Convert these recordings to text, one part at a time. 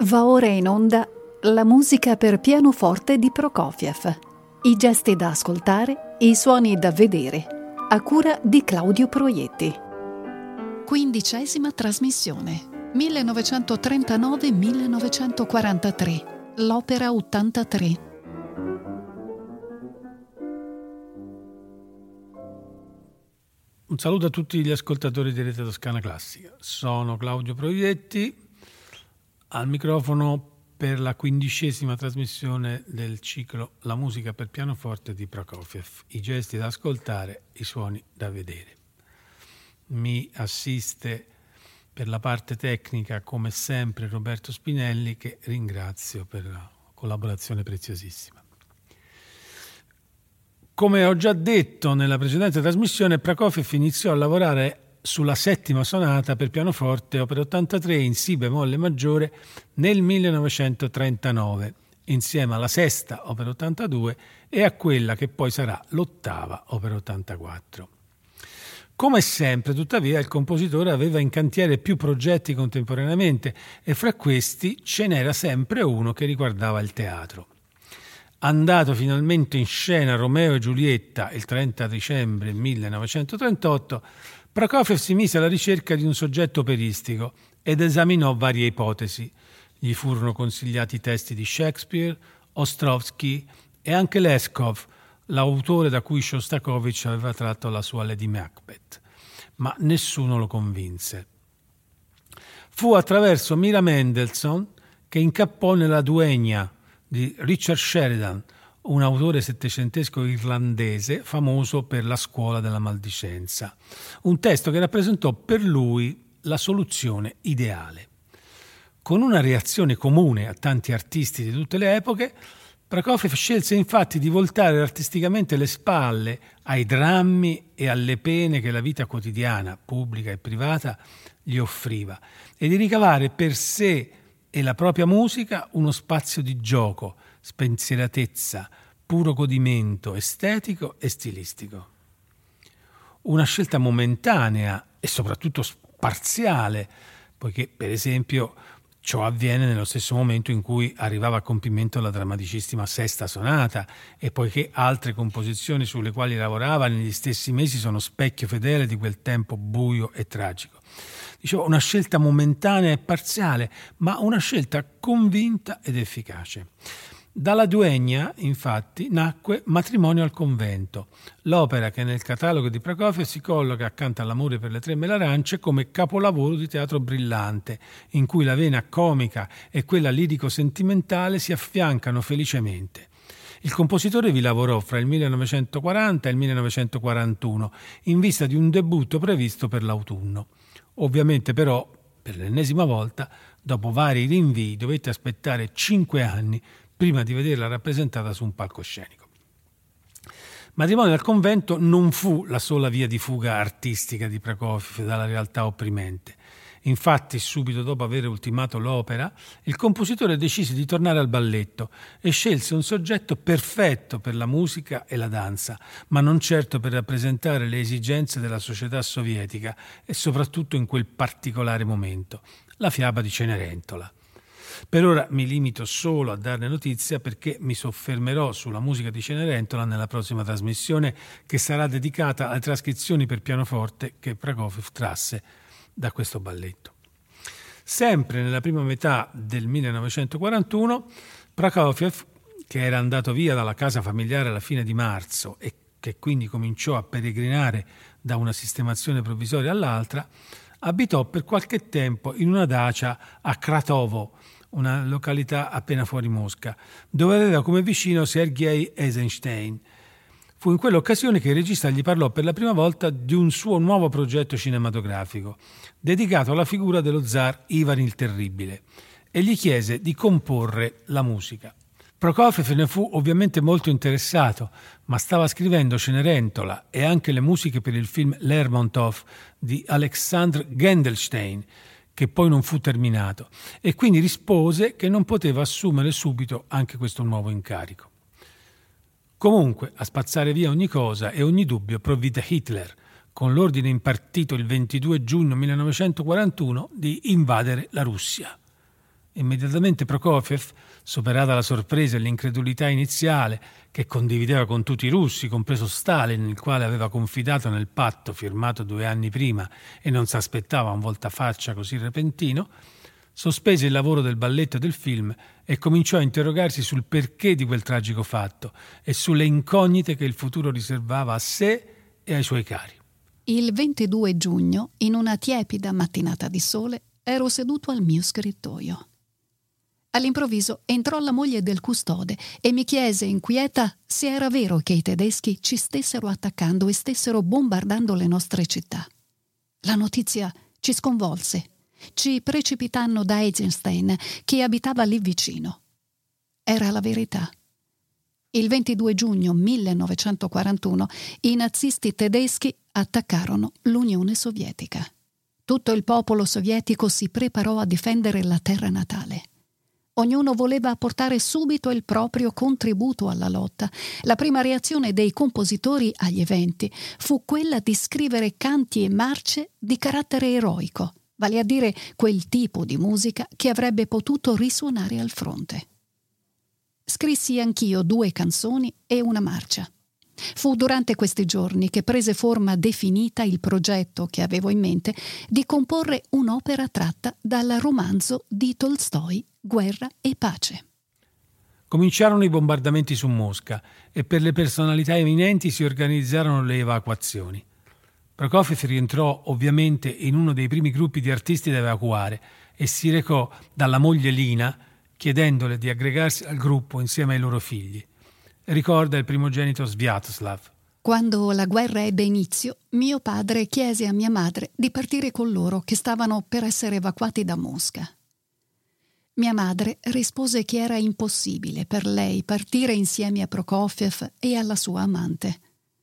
Va ora in onda la musica per pianoforte di Prokofiev. I gesti da ascoltare, i suoni da vedere, a cura di Claudio Proietti. 15ª trasmissione, 1939-1943, l'Opera 83. Un saluto a tutti gli ascoltatori di Rete Toscana Classica. Sono Claudio Proietti, al microfono per la 15ª trasmissione del ciclo La musica per pianoforte di Prokofiev, i gesti da ascoltare, i suoni da vedere. Mi assiste per la parte tecnica, come sempre, Roberto Spinelli, che ringrazio per la collaborazione preziosissima. Come ho già detto nella precedente trasmissione, Prokofiev iniziò a lavorare sulla 7ª sonata per pianoforte opera 83 in si bemolle maggiore nel 1939, insieme alla 6ª opera 82 e a quella che poi sarà l'8ª opera 84. Come sempre, tuttavia, il compositore aveva in cantiere più progetti contemporaneamente e fra questi ce n'era sempre uno che riguardava il teatro. Andato finalmente in scena Romeo e Giulietta il 30 dicembre 1938, Prokofiev si mise alla ricerca di un soggetto operistico ed esaminò varie ipotesi. Gli furono consigliati testi di Shakespeare, Ostrovsky e anche Leskov, l'autore da cui Shostakovich aveva tratto la sua Lady Macbeth, ma nessuno lo convinse. Fu attraverso Mira Mendelssohn che incappò nella Duegna di Richard Sheridan, un autore settecentesco irlandese famoso per La scuola della maldicenza, un testo che rappresentò per lui la soluzione ideale. Con una reazione comune a tanti artisti di tutte le epoche, Prokofiev scelse infatti di voltare artisticamente le spalle ai drammi e alle pene che la vita quotidiana, pubblica e privata, gli offriva e di ricavare per sé e la propria musica uno spazio di gioco, spensieratezza, puro godimento estetico e stilistico. Una scelta momentanea e soprattutto parziale, poiché per esempio ciò avviene nello stesso momento in cui arrivava a compimento la drammaticissima 6ª sonata e poiché altre composizioni sulle quali lavorava negli stessi mesi sono specchio fedele di quel tempo buio e tragico. Dicevo, una scelta momentanea e parziale, ma una scelta convinta ed efficace. Dalla Duegna, infatti, nacque Matrimonio al convento, l'opera che nel catalogo di Prokofiev si colloca accanto all'Amore per le tre melarance come capolavoro di teatro brillante, in cui la vena comica e quella lirico-sentimentale si affiancano felicemente. Il compositore vi lavorò fra il 1940 e il 1941, in vista di un debutto previsto per l'autunno. Ovviamente però, per l'ennesima volta, dopo vari rinvii, dovette aspettare 5 anni prima di vederla rappresentata su un palcoscenico. Matrimonio al convento non fu la sola via di fuga artistica di Prokofiev dalla realtà opprimente. Infatti, subito dopo aver ultimato l'opera, il compositore decise di tornare al balletto e scelse un soggetto perfetto per la musica e la danza, ma non certo per rappresentare le esigenze della società sovietica e soprattutto in quel particolare momento, la fiaba di Cenerentola. Per ora mi limito solo a darne notizia perché mi soffermerò sulla musica di Cenerentola nella prossima trasmissione, che sarà dedicata alle trascrizioni per pianoforte che Prokofiev trasse da questo balletto. Sempre nella prima metà del 1941, Prokofiev, che era andato via dalla casa familiare alla fine di marzo e che quindi cominciò a peregrinare da una sistemazione provvisoria all'altra, abitò per qualche tempo in una dacia a Kratovo, una località appena fuori Mosca, dove aveva come vicino Sergei Eisenstein. Fu in quell'occasione che il regista gli parlò per la prima volta di un suo nuovo progetto cinematografico, dedicato alla figura dello zar Ivan il Terribile, e gli chiese di comporre la musica. Prokofiev ne fu ovviamente molto interessato, ma stava scrivendo Cenerentola e anche le musiche per il film Lermontov di Alexandr Gendelstein, che poi non fu terminato, e quindi rispose che non poteva assumere subito anche questo nuovo incarico. Comunque, a spazzare via ogni cosa e ogni dubbio provvide Hitler, con l'ordine impartito il 22 giugno 1941 di invadere la Russia. Immediatamente Prokofiev, superata la sorpresa e l'incredulità iniziale, che condivideva con tutti i russi, compreso Stalin, il quale aveva confidato nel patto firmato 2 anni prima e non si aspettava un voltafaccia così repentino, sospese il lavoro del balletto e del film e cominciò a interrogarsi sul perché di quel tragico fatto e sulle incognite che il futuro riservava a sé e ai suoi cari. Il 22 giugno, in una tiepida mattinata di sole, ero seduto al mio scrittoio. All'improvviso entrò la moglie del custode e mi chiese inquieta se era vero che i tedeschi ci stessero attaccando e stessero bombardando le nostre città. La notizia ci sconvolse. Ci precipitammo da Eisenstein, che abitava lì vicino. Era la verità. Il 22 giugno 1941 i nazisti tedeschi attaccarono l'Unione Sovietica. Tutto il popolo sovietico si preparò a difendere la terra natale. Ognuno voleva apportare subito il proprio contributo alla lotta. La prima reazione dei compositori agli eventi fu quella di scrivere canti e marce di carattere eroico, vale a dire quel tipo di musica che avrebbe potuto risuonare al fronte. Scrissi anch'io 2 canzoni e una marcia. Fu durante questi giorni che prese forma definita il progetto che avevo in mente di comporre un'opera tratta dal romanzo di Tolstoi, Guerra e pace. Cominciarono i bombardamenti su Mosca e per le personalità eminenti si organizzarono le evacuazioni. Prokofiev rientrò ovviamente in uno dei primi gruppi di artisti da evacuare e si recò dalla moglie Lina chiedendole di aggregarsi al gruppo insieme ai loro figli. Ricorda il primogenito Sviatoslav. Quando la guerra ebbe inizio, mio padre chiese a mia madre di partire con loro che stavano per essere evacuati da Mosca. Mia madre rispose che era impossibile per lei partire insieme a Prokofiev e alla sua amante.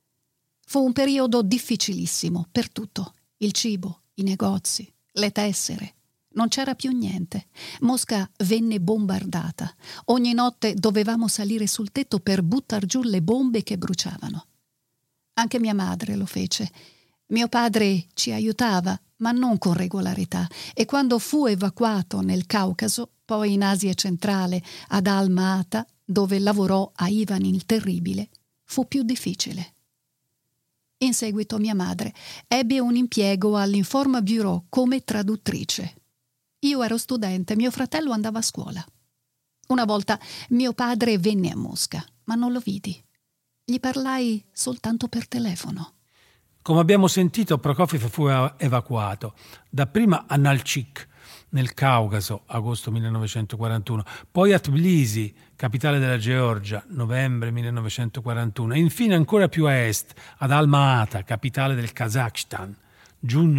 Fu un periodo difficilissimo per tutto: il cibo, i negozi, le tessere. Non c'era più niente. Mosca venne bombardata. Ogni notte dovevamo salire sul tetto per buttar giù le bombe che bruciavano. Anche mia madre lo fece. Mio padre ci aiutava, ma non con regolarità, e quando fu evacuato nel Caucaso, poi in Asia centrale, ad Alma-Ata, dove lavorò a Ivan il Terribile, fu più difficile. In seguito mia madre ebbe un impiego all'Informabureau come traduttrice. Io ero studente, mio fratello andava a scuola. Una volta mio padre venne a Mosca, ma non lo vidi. Gli parlai soltanto per telefono. Come abbiamo sentito, Prokofiev fu evacuato dapprima a Nalchik, nel Caucaso, agosto 1941, poi a Tbilisi, capitale della Georgia, novembre 1941, e infine ancora più a est, ad Alma-Ata, capitale del Kazakhstan, giugno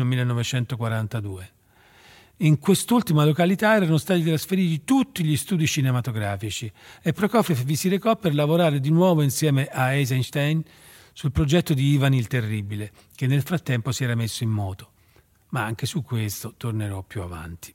1942. In quest'ultima località erano stati trasferiti tutti gli studi cinematografici e Prokofiev vi si recò per lavorare di nuovo insieme a Eisenstein sul progetto di Ivan il Terribile, che nel frattempo si era messo in moto. Ma anche su questo tornerò più avanti.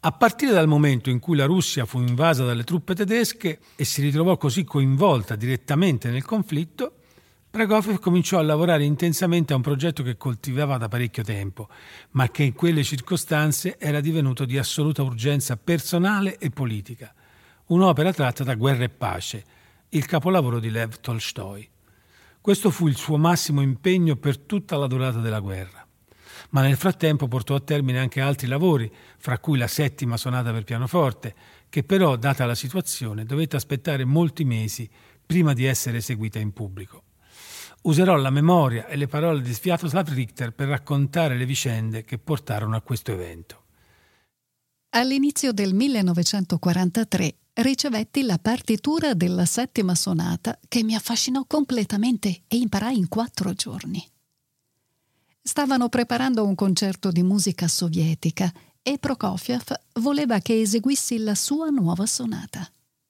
A partire dal momento in cui la Russia fu invasa dalle truppe tedesche e si ritrovò così coinvolta direttamente nel conflitto, Prokofiev cominciò a lavorare intensamente a un progetto che coltivava da parecchio tempo, ma che in quelle circostanze era divenuto di assoluta urgenza personale e politica. Un'opera tratta da Guerra e pace, il capolavoro di Lev Tolstoi. Questo fu il suo massimo impegno per tutta la durata della guerra. Ma nel frattempo portò a termine anche altri lavori, fra cui la 7ª sonata per pianoforte, che però, data la situazione, dovette aspettare molti mesi prima di essere eseguita in pubblico. Userò la memoria e le parole di Sviatoslav Richter per raccontare le vicende che portarono a questo evento. All'inizio del 1943 ricevetti la partitura della 7ª sonata che mi affascinò completamente e imparai in 4 giorni. Stavano preparando un concerto di musica sovietica e Prokofiev voleva che eseguissi la sua nuova sonata.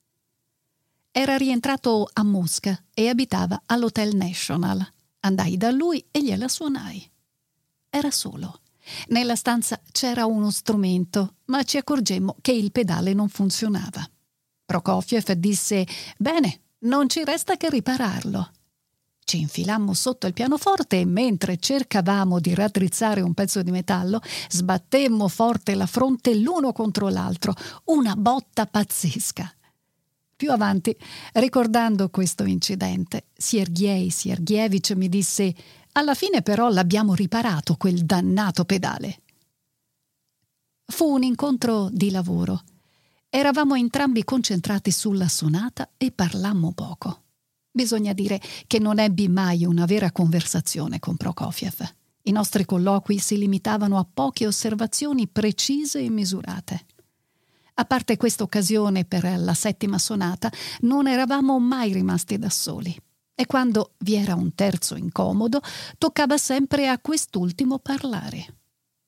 Era rientrato a Mosca e abitava all'Hotel National. Andai da lui e gliela suonai. Era solo. Nella stanza c'era uno strumento, ma ci accorgemmo che il pedale non funzionava. Prokofiev disse: «Bene, non ci resta che ripararlo». Ci infilammo sotto il pianoforte e mentre cercavamo di raddrizzare un pezzo di metallo, sbattemmo forte la fronte l'uno contro l'altro, una botta pazzesca. Più avanti, ricordando questo incidente, Sergej Sergejevich mi disse: «Alla fine però l'abbiamo riparato quel dannato pedale». Fu un incontro di lavoro. Eravamo entrambi concentrati sulla sonata e parlammo poco. Bisogna dire che non ebbi mai una vera conversazione con Prokofiev. I nostri colloqui si limitavano a poche osservazioni precise e misurate. A parte questa occasione per la 7ª sonata, non eravamo mai rimasti da soli. E quando vi era un terzo incomodo, toccava sempre a quest'ultimo parlare.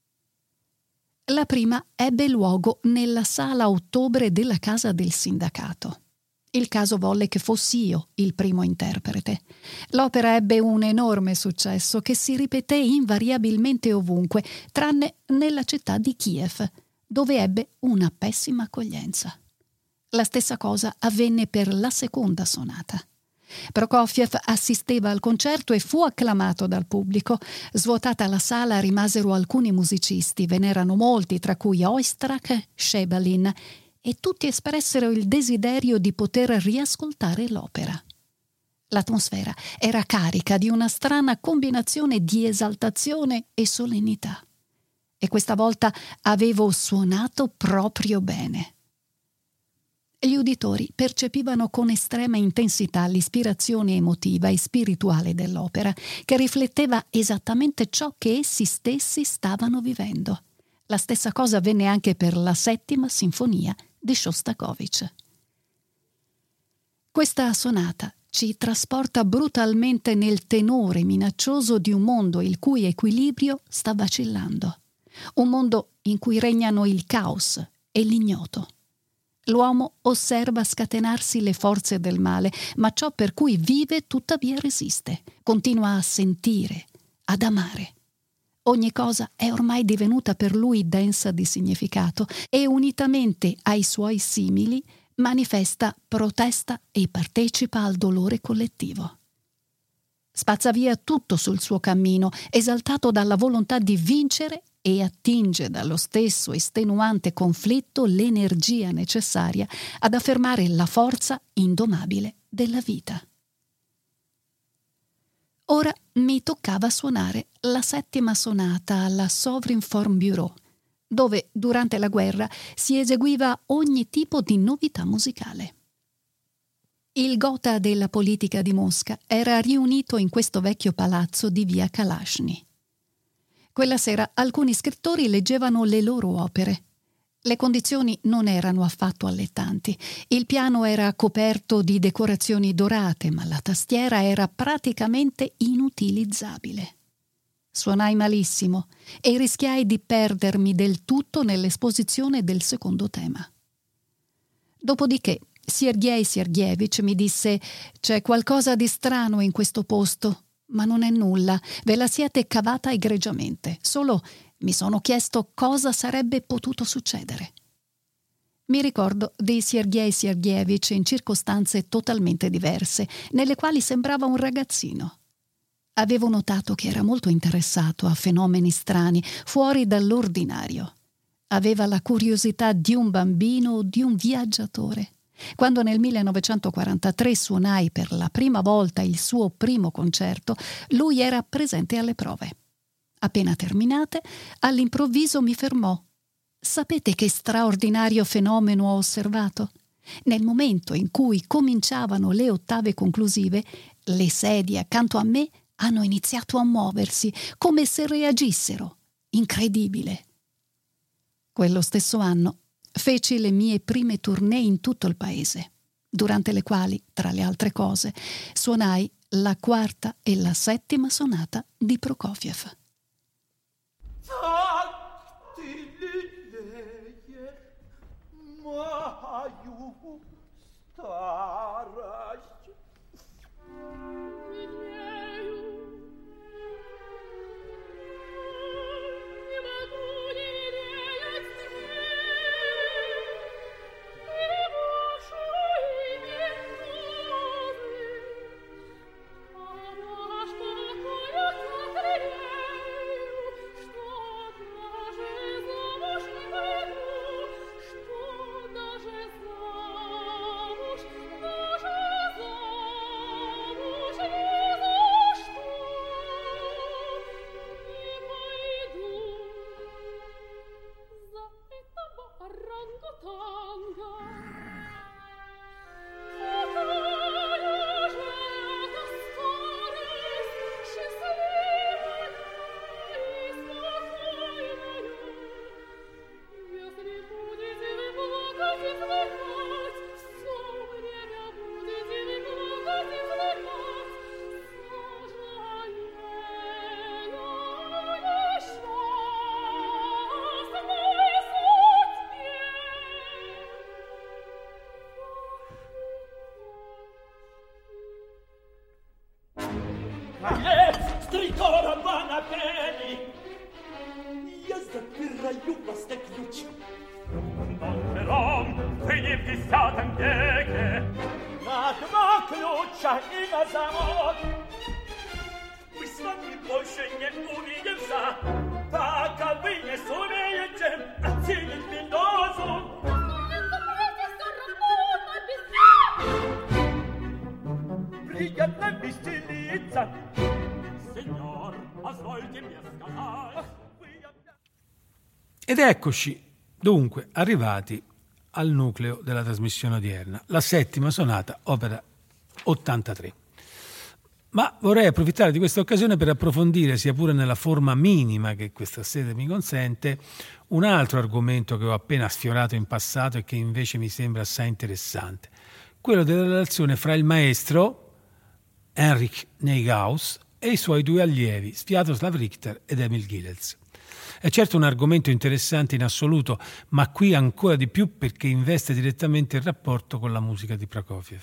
La prima ebbe luogo nella sala ottobre della casa del sindacato. Il caso volle che fossi io il primo interprete. L'opera ebbe un enorme successo che si ripeté invariabilmente ovunque, tranne nella città di Kiev, dove ebbe una pessima accoglienza. La stessa cosa avvenne per la 2ª sonata. Prokofiev assisteva al concerto e fu acclamato dal pubblico. Svuotata la sala rimasero alcuni musicisti, ve n'erano molti, tra cui Oistrakh, Shebalin, e tutti espressero il desiderio di poter riascoltare l'opera. L'atmosfera era carica di una strana combinazione di esaltazione e solennità. E questa volta avevo suonato proprio bene. Gli uditori percepivano con estrema intensità l'ispirazione emotiva e spirituale dell'opera, che rifletteva esattamente ciò che essi stessi stavano vivendo. La stessa cosa avvenne anche per la 7ª sinfonia di Shostakovich. Questa sonata ci trasporta brutalmente nel tenore minaccioso di un mondo il cui equilibrio sta vacillando. Un mondo in cui regnano il caos e l'ignoto. L'uomo osserva scatenarsi le forze del male, ma ciò per cui vive tuttavia resiste, continua a sentire, ad amare. Ogni cosa è ormai divenuta per lui densa di significato e unitamente ai suoi simili manifesta, protesta e partecipa al dolore collettivo. Spazza via tutto sul suo cammino, esaltato dalla volontà di vincere e attinge dallo stesso estenuante conflitto l'energia necessaria ad affermare la forza indomabile della vita. Ora mi toccava suonare la 7ª sonata alla Sovrinformbureau, dove durante la guerra si eseguiva ogni tipo di novità musicale. Il gotha della politica di Mosca era riunito in questo vecchio palazzo di via Kalashny. Quella sera alcuni scrittori leggevano le loro opere. Le condizioni non erano affatto allettanti. Il piano era coperto di decorazioni dorate, ma la tastiera era praticamente inutilizzabile. Suonai malissimo e rischiai di perdermi del tutto nell'esposizione del secondo tema. Dopodiché Sergej Sergejevich mi disse: «C'è qualcosa di strano in questo posto, ma non è nulla, ve la siete cavata egregiamente. Solo mi sono chiesto cosa sarebbe potuto succedere. Mi ricordo di Sergei Sergeevich in circostanze totalmente diverse, nelle quali sembrava un ragazzino. Avevo notato che era molto interessato a fenomeni strani, fuori dall'ordinario. Aveva la curiosità di un bambino o di un viaggiatore. Quando nel 1943 suonai per la prima volta il suo primo concerto, lui era presente alle prove. Appena terminate, all'improvviso mi fermò. Sapete che straordinario fenomeno ho osservato? Nel momento in cui cominciavano le ottave conclusive, le sedie accanto a me hanno iniziato a muoversi, come se reagissero. Incredibile. Quello stesso anno feci le mie prime tournée in tutto il paese, durante le quali, tra le altre cose, suonai la quarta e la settima sonata di Prokofiev. Ed eccoci, dunque, arrivati al nucleo della trasmissione odierna, la settima sonata, opera 83. Ma vorrei approfittare di questa occasione per approfondire, sia pure nella forma minima che questa sede mi consente, un altro argomento che ho appena sfiorato in passato e che invece mi sembra assai interessante, quello della relazione fra il maestro Heinrich Neuhaus e i suoi due allievi, Sviatoslav Richter ed Emil Gilels. È certo un argomento interessante in assoluto, ma qui ancora di più perché investe direttamente il rapporto con la musica di Prokofiev.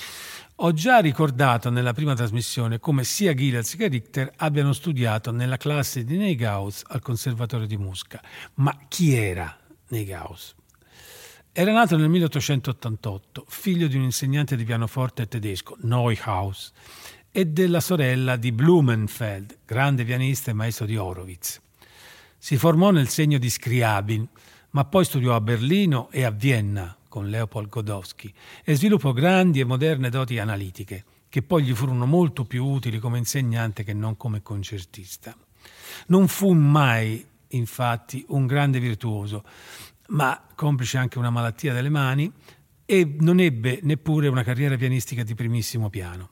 Ho già ricordato nella prima trasmissione come sia Gilels che Richter abbiano studiato nella classe di Neuhaus al Conservatorio di Mosca. Ma chi era Neuhaus? Era nato nel 1888, figlio di un insegnante di pianoforte tedesco, Neuhaus, e della sorella di Blumenfeld, grande pianista e maestro di Horowitz. Si formò nel segno di Scriabin, ma poi studiò a Berlino e a Vienna con Leopold Godowsky e sviluppò grandi e moderne doti analitiche, che poi gli furono molto più utili come insegnante che non come concertista. Non fu mai, infatti, un grande virtuoso, ma complice anche una malattia delle mani, e non ebbe neppure una carriera pianistica di primissimo piano.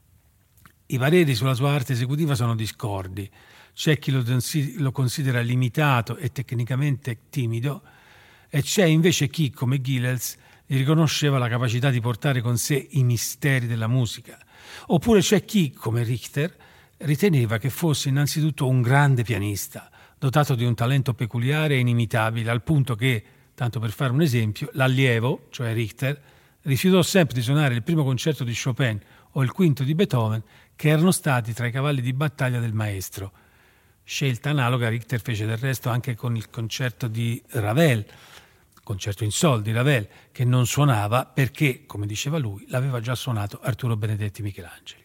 I pareri sulla sua arte esecutiva sono discordi. C'è chi lo considera limitato e tecnicamente timido, e c'è invece chi, come Gilels, gli riconosceva la capacità di portare con sé i misteri della musica. Oppure c'è chi, come Richter, riteneva che fosse innanzitutto un grande pianista, dotato di un talento peculiare e inimitabile, al punto che, tanto per fare un esempio, l'allievo, cioè Richter, rifiutò sempre di suonare il primo concerto di Chopin o il quinto di Beethoven, che erano stati tra i cavalli di battaglia del maestro. Scelta analoga Richter fece del resto anche con il concerto di Ravel, concerto in sol di Ravel, che non suonava perché, come diceva lui, l'aveva già suonato Arturo Benedetti Michelangeli.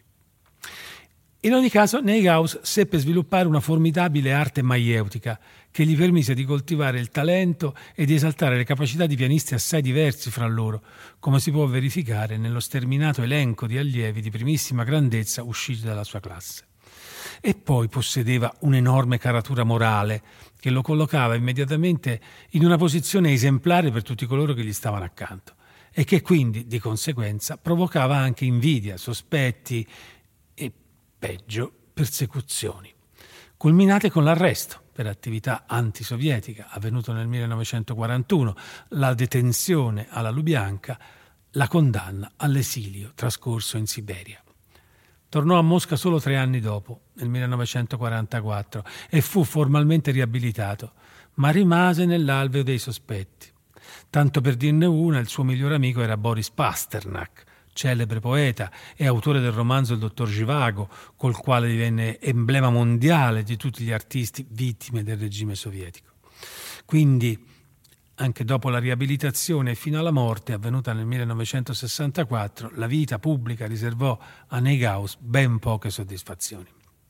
In ogni caso, Neuhaus seppe sviluppare una formidabile arte maieutica che gli permise di coltivare il talento e di esaltare le capacità di pianisti assai diversi fra loro, come si può verificare nello sterminato elenco di allievi di primissima grandezza usciti dalla sua classe. E poi possedeva un'enorme caratura morale che lo collocava immediatamente in una posizione esemplare per tutti coloro che gli stavano accanto e che quindi, di conseguenza, provocava anche invidia, sospetti e, peggio, persecuzioni, culminate con l'arresto per attività antisovietica avvenuto nel 1941, la detenzione alla Lubianka, la condanna all'esilio trascorso in Siberia. Tornò a Mosca solo 3 anni dopo, nel 1944, e fu formalmente riabilitato, ma rimase nell'alveo dei sospetti. Tanto per dirne una, il suo migliore amico era Boris Pasternak, celebre poeta e autore del romanzo Il dottor Zhivago, col quale divenne emblema mondiale di tutti gli artisti vittime del regime sovietico. Quindi, anche dopo la riabilitazione e fino alla morte, avvenuta nel 1964, la vita pubblica riservò a Neuhaus ben poche soddisfazioni.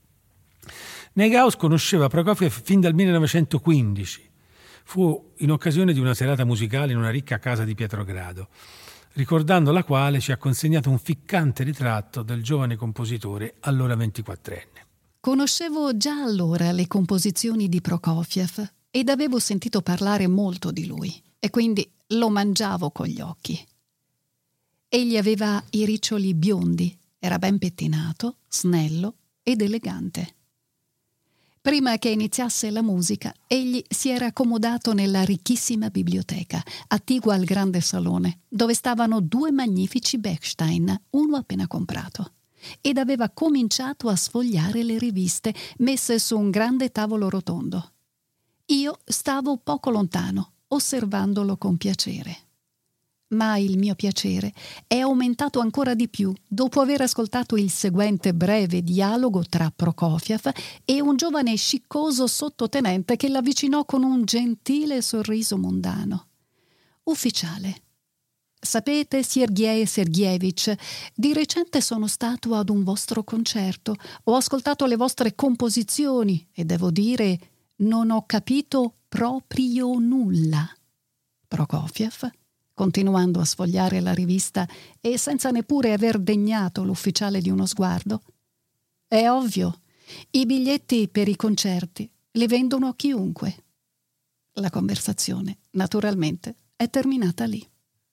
Neuhaus conosceva Prokofiev fin dal 1915. Fu in occasione di una serata musicale in una ricca casa di Pietrogrado, ricordando la quale ci ha consegnato un ficcante ritratto del giovane compositore, allora 24enne. Conoscevo già allora le composizioni di Prokofiev ed avevo sentito parlare molto di lui e quindi lo mangiavo con gli occhi. Egli aveva i riccioli biondi, era ben pettinato, snello ed elegante. Prima che iniziasse la musica, egli si era accomodato nella ricchissima biblioteca, attigua al grande salone, dove stavano 2 magnifici Bechstein, uno appena comprato, ed aveva cominciato a sfogliare le riviste messe su un grande tavolo rotondo. Io stavo poco lontano, osservandolo con piacere. Ma il mio piacere è aumentato ancora di più dopo aver ascoltato il seguente breve dialogo tra Prokofiev e un giovane sciccoso sottotenente che l'avvicinò con un gentile sorriso mondano. Ufficiale. Sapete, Sergej Sergejevich, di recente sono stato ad un vostro concerto, ho ascoltato le vostre composizioni e devo dire non ho capito proprio nulla. Prokofiev, continuando a sfogliare la rivista e senza neppure aver degnato l'ufficiale di uno sguardo. È ovvio, i biglietti per i concerti li vendono a chiunque. La conversazione, naturalmente, è terminata lì.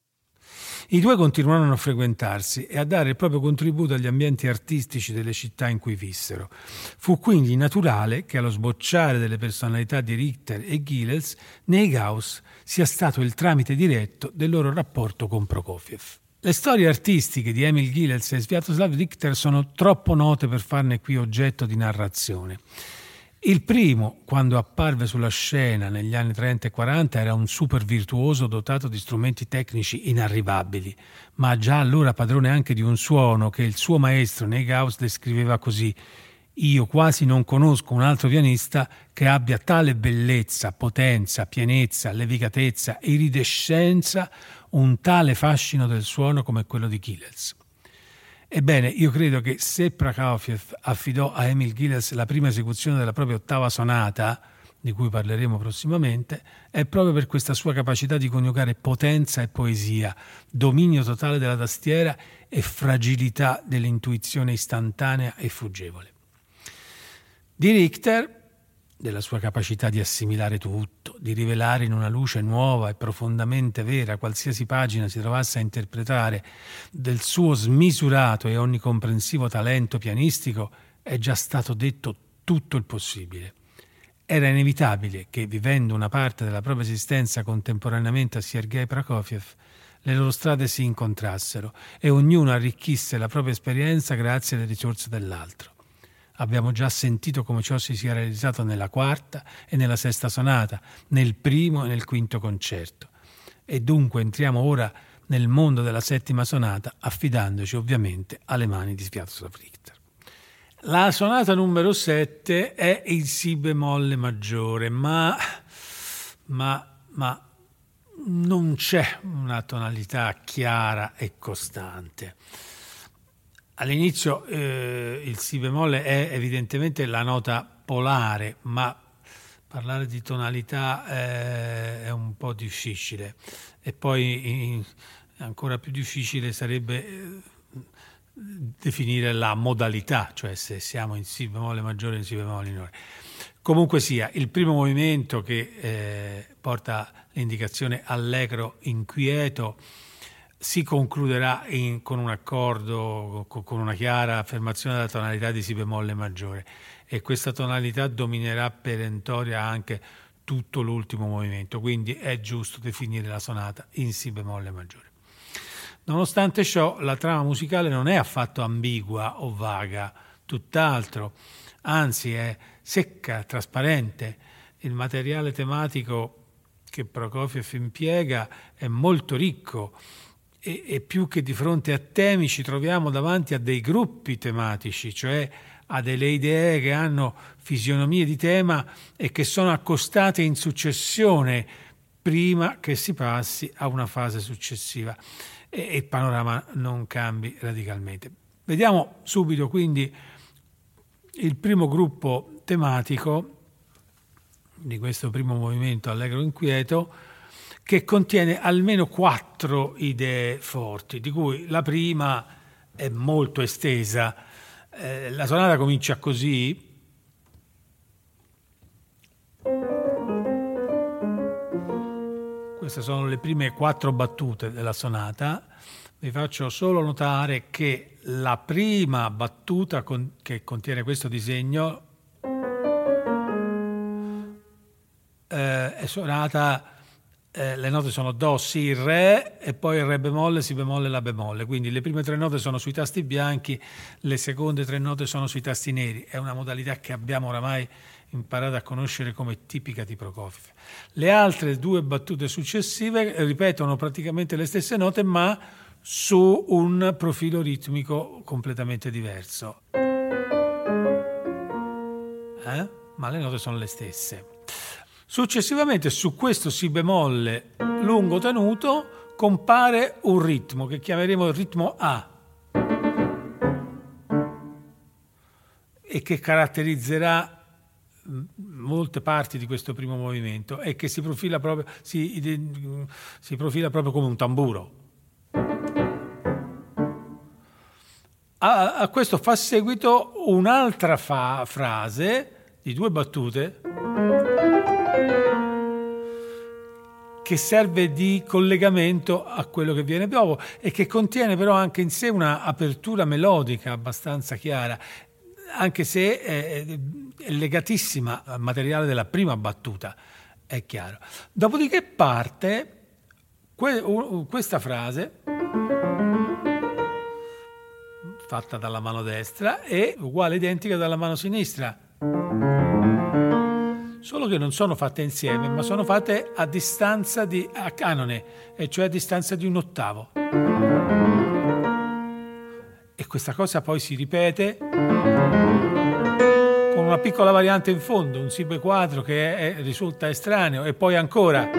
I due continuarono a frequentarsi e a dare il proprio contributo agli ambienti artistici delle città in cui vissero. Fu quindi naturale che allo sbocciare delle personalità di Richter e Gilels, Neuhaus sia stato il tramite diretto del loro rapporto con Prokofiev. Le storie artistiche di Emil Gilels e Sviatoslav Richter sono troppo note per farne qui oggetto di narrazione. Il primo, quando apparve sulla scena negli anni 30 e 40, era un super virtuoso dotato di strumenti tecnici inarrivabili, ma già allora padrone anche di un suono che il suo maestro Neuhaus descriveva così: io quasi non conosco un altro pianista che abbia tale bellezza, potenza, pienezza, levicatezza, iridescenza, un tale fascino del suono come quello di Gilels. Ebbene, io credo che se Prokofiev affidò a Emil Gilels la prima esecuzione della propria 8ª sonata, di cui parleremo prossimamente, è proprio per questa sua capacità di coniugare potenza e poesia, dominio totale della tastiera e fragilità dell'intuizione istantanea e fuggevole. Di Richter, della sua capacità di assimilare tutto, di rivelare in una luce nuova e profondamente vera qualsiasi pagina si trovasse a interpretare, del suo smisurato e onnicomprensivo talento pianistico, è già stato detto tutto il possibile. Era inevitabile che, vivendo una parte della propria esistenza contemporaneamente a Sergej Prokofiev, le loro strade si incontrassero e ognuno arricchisse la propria esperienza grazie alle risorse dell'altro. Abbiamo già sentito come ciò si sia realizzato nella 4ª e nella 6ª sonata, nel primo e nel 5º concerto. E dunque entriamo ora nel mondo della 7ª sonata, affidandoci ovviamente alle mani di Sviatoslav Richter. La sonata numero 7 è il Si bemolle maggiore, ma non c'è una tonalità chiara e costante. All'inizio il si bemolle è evidentemente la nota polare, ma parlare di tonalità è un po' difficile, e poi ancora più difficile sarebbe definire la modalità, cioè se siamo in si bemolle maggiore o in si bemolle minore. Comunque sia, il primo movimento che porta l'indicazione allegro inquieto si concluderà con un accordo, con una chiara affermazione della tonalità di si bemolle maggiore, e questa tonalità dominerà perentoria anche tutto l'ultimo movimento, quindi è giusto definire la sonata in si bemolle maggiore. Nonostante ciò, la trama musicale non è affatto ambigua o vaga, tutt'altro, anzi è secca, trasparente. Il materiale tematico che Prokofiev impiega è molto ricco, e più che di fronte a temi ci troviamo davanti a dei gruppi tematici, cioè a delle idee che hanno fisionomie di tema e che sono accostate in successione prima che si passi a una fase successiva, e il panorama non cambi radicalmente. Vediamo subito quindi il primo gruppo tematico di questo primo movimento allegro inquieto, che contiene almeno 4 idee forti, di cui la prima è molto estesa. La sonata comincia così. Queste sono le prime 4 battute della sonata. Vi faccio solo notare che la prima battuta che contiene questo disegno è suonata, le note sono do, si, re, e poi il re bemolle, si bemolle, la bemolle. Quindi le prime 3 note sono sui tasti bianchi, le seconde 3 note sono sui tasti neri. È una modalità che abbiamo oramai imparato a conoscere come tipica di Prokofiev. Le altre 2 battute successive ripetono praticamente le stesse note, ma su un profilo ritmico completamente diverso. Ma le note sono le stesse. Successivamente su questo si bemolle lungo tenuto compare un ritmo che chiameremo il ritmo A, e che caratterizzerà molte parti di questo primo movimento, e che si profila proprio come un tamburo. A questo fa seguito un'altra frase di 2 battute che serve di collegamento a quello che viene dopo, e che contiene però anche in sé una apertura melodica abbastanza chiara, anche se è legatissima al materiale della prima battuta, è chiaro. Dopodiché parte questa frase fatta dalla mano destra e uguale identica dalla mano sinistra, solo che non sono fatte insieme, ma sono fatte a distanza a canone, e cioè a distanza di un ottavo. E questa cosa poi si ripete con una piccola variante in fondo, un si bequadro che risulta estraneo, e poi ancora,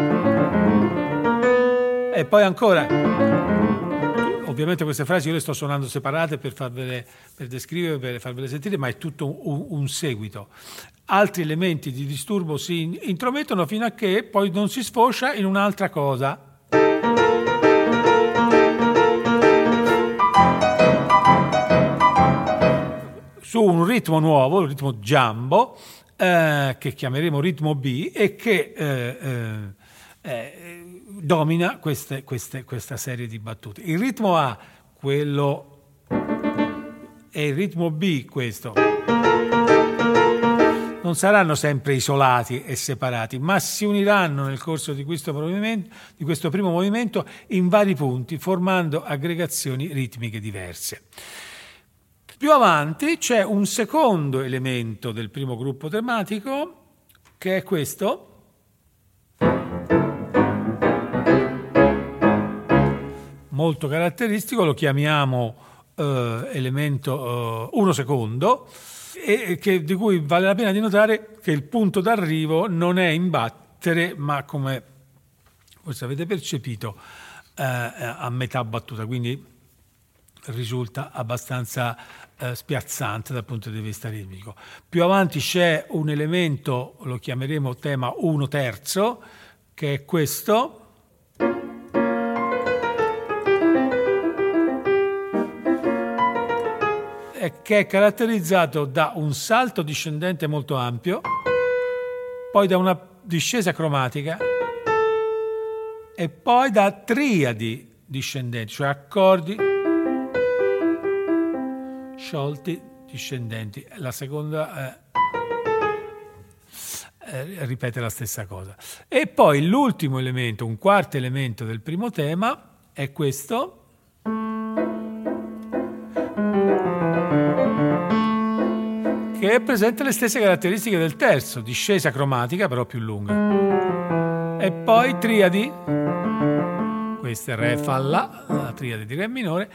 e poi ancora. Ovviamente queste frasi io le sto suonando separate per descrivere, per farvele sentire, ma è tutto un seguito. Altri elementi di disturbo si intromettono fino a che poi non si sfocia in un'altra cosa. Su un ritmo nuovo, il ritmo jumbo, che chiameremo ritmo B, e che domina questa serie di battute. Il ritmo A, quello, e il ritmo B, questo, non saranno sempre isolati e separati, ma si uniranno nel corso di questo primo movimento in vari punti, formando aggregazioni ritmiche diverse. Più avanti c'è un secondo elemento del primo gruppo tematico, che è questo, molto caratteristico, lo chiamiamo elemento 1 secondo, e di cui vale la pena di notare che il punto d'arrivo non è in battere, ma come forse avete percepito, a metà battuta, quindi risulta abbastanza spiazzante dal punto di vista ritmico. Più avanti c'è un elemento, lo chiameremo tema 1/3, che è questo, che è caratterizzato da un salto discendente molto ampio, poi da una discesa cromatica e poi da triadi discendenti, cioè accordi sciolti discendenti. La seconda ripete la stessa cosa. E poi l'ultimo elemento, un quarto elemento del primo tema è questo, che presenta le stesse caratteristiche del terzo, discesa cromatica però più lunga. E poi triadi, questa è Re fa La triade di Re minore,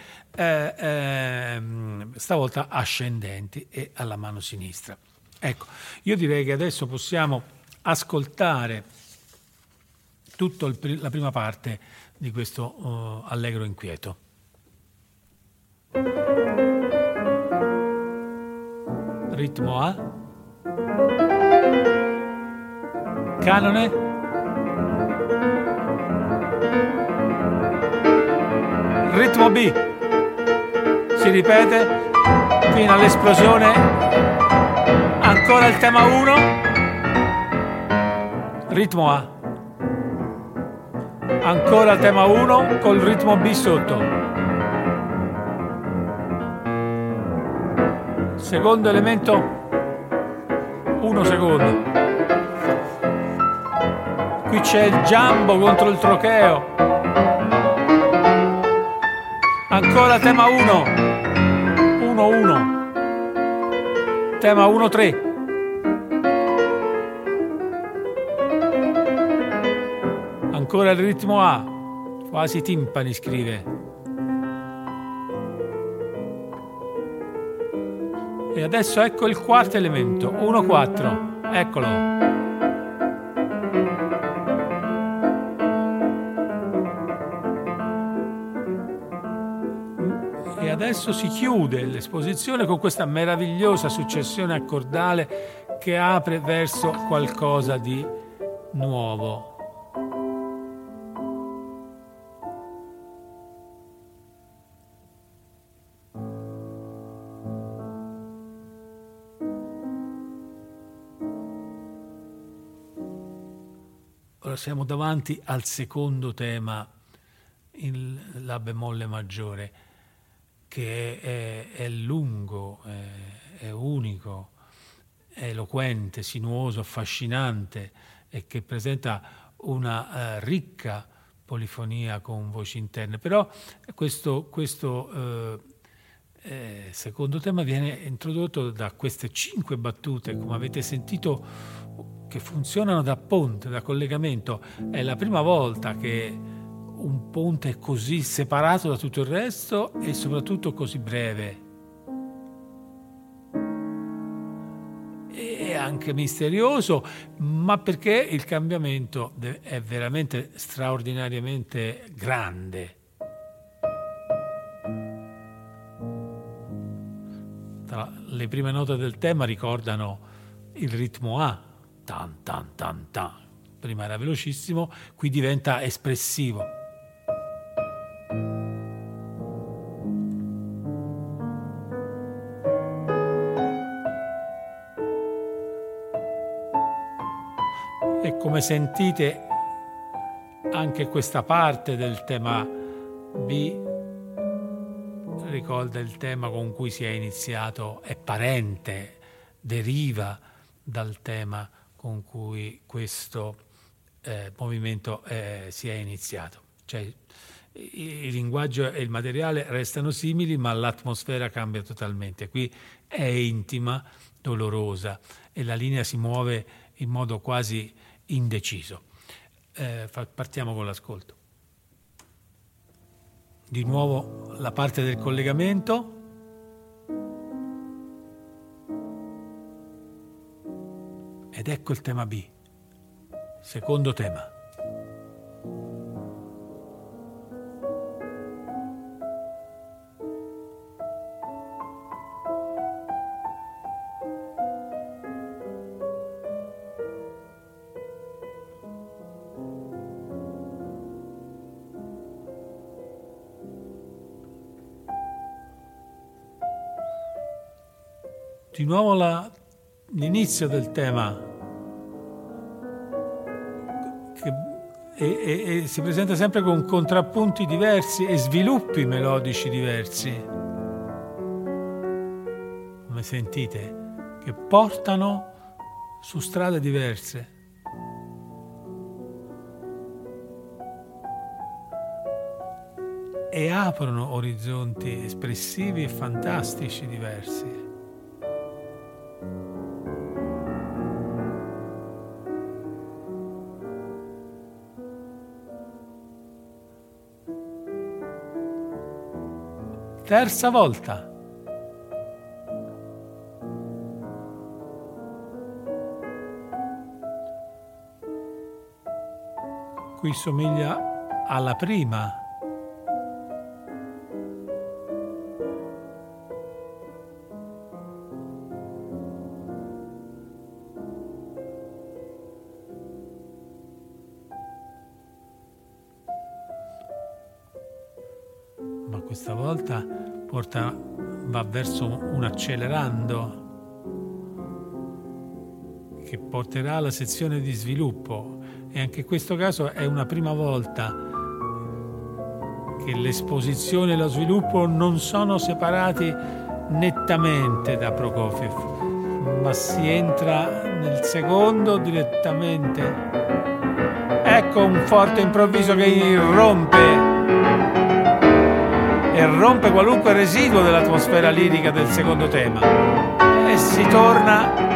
stavolta ascendenti e alla mano sinistra. Ecco, io direi che adesso possiamo ascoltare tutta la prima parte di questo allegro inquieto. Ritmo A, canone, ritmo B, si ripete fino all'esplosione, ancora il tema 1, ritmo A, ancora il tema 1 col ritmo B sotto. Secondo elemento, 1 secondo. Qui c'è il giambo contro il trocheo. Ancora tema 1, 1-1. Tema 1-3. Ancora il ritmo A, quasi timpani scrive. E adesso ecco il quarto elemento, 1-4, eccolo. E adesso si chiude l'esposizione con questa meravigliosa successione accordale che apre verso qualcosa di nuovo. Ora siamo davanti al secondo tema, il La bemolle maggiore, che è lungo, è unico, è eloquente, sinuoso, affascinante e che presenta una ricca polifonia con voci interne. Però questo secondo tema viene introdotto da queste 5 battute, come avete sentito, che funzionano da ponte, da collegamento. È la prima volta che un ponte è così separato da tutto il resto e soprattutto così breve. È anche misterioso, ma perché il cambiamento è veramente straordinariamente grande. Le prime note del tema ricordano il ritmo A, tan tan tan tan. Prima era velocissimo, qui diventa espressivo. E come sentite anche questa parte del tema B ricorda il tema con cui si è iniziato, è parente, deriva dal tema con cui questo movimento si è iniziato. Cioè il linguaggio e il materiale restano simili, ma l'atmosfera cambia totalmente. Qui è intima, dolorosa e la linea si muove in modo quasi indeciso. Partiamo con l'ascolto. Di nuovo la parte del collegamento. Ed ecco il tema B, secondo tema. Di nuovo l'inizio del tema e si presenta sempre con contrappunti diversi e sviluppi melodici diversi, come sentite, che portano su strade diverse. E aprono orizzonti espressivi e fantastici diversi. Terza volta. Qui somiglia alla prima. Ma questa volta va verso un accelerando che porterà alla sezione di sviluppo, e anche in questo caso è una prima volta che l'esposizione e lo sviluppo non sono separati nettamente da Prokofiev, ma si entra nel secondo direttamente. Ecco un forte improvviso che irrompe e rompe qualunque residuo dell'atmosfera lirica del secondo tema, e si torna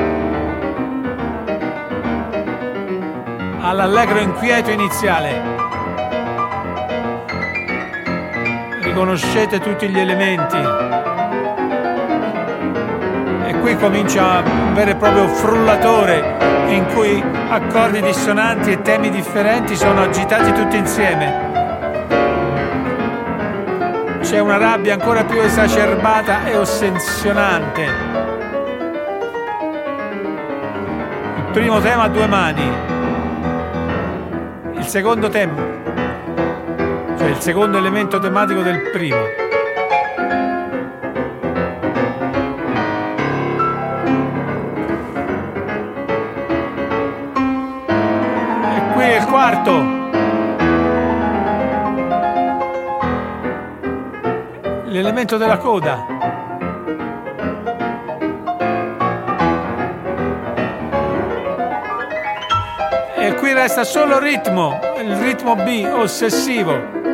all'allegro inquieto iniziale. Riconoscete tutti gli elementi, e qui comincia un vero e proprio frullatore in cui accordi dissonanti e temi differenti sono agitati tutti insieme. C'è una rabbia ancora più esacerbata e ossessionante. Il primo tema a due mani, il secondo tema, cioè il secondo elemento tematico del primo. E qui il quarto. L'elemento della coda. E qui resta solo il ritmo B ossessivo.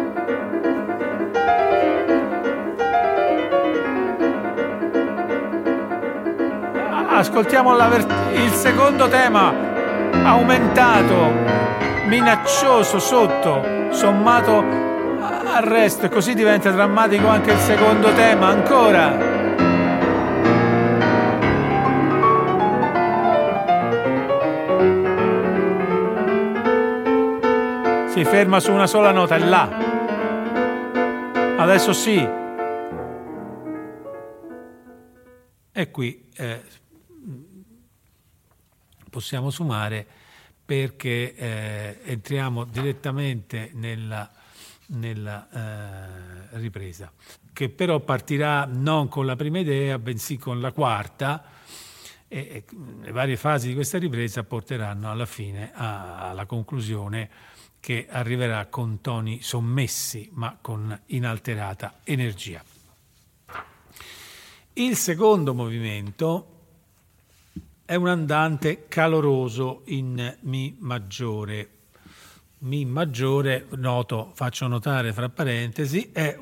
Ascoltiamo il secondo tema aumentato, minaccioso sotto, sommato al resto, e così diventa drammatico anche il secondo tema. Ancora si ferma su una sola nota, è La. Adesso sì, e qui possiamo zoomare perché entriamo direttamente nella ripresa, che però partirà non con la prima idea bensì con la quarta, e le varie fasi di questa ripresa porteranno alla fine alla conclusione, che arriverà con toni sommessi ma con inalterata energia. Il secondo movimento è un andante caloroso in Mi maggiore. Mi maggiore, faccio notare fra parentesi, è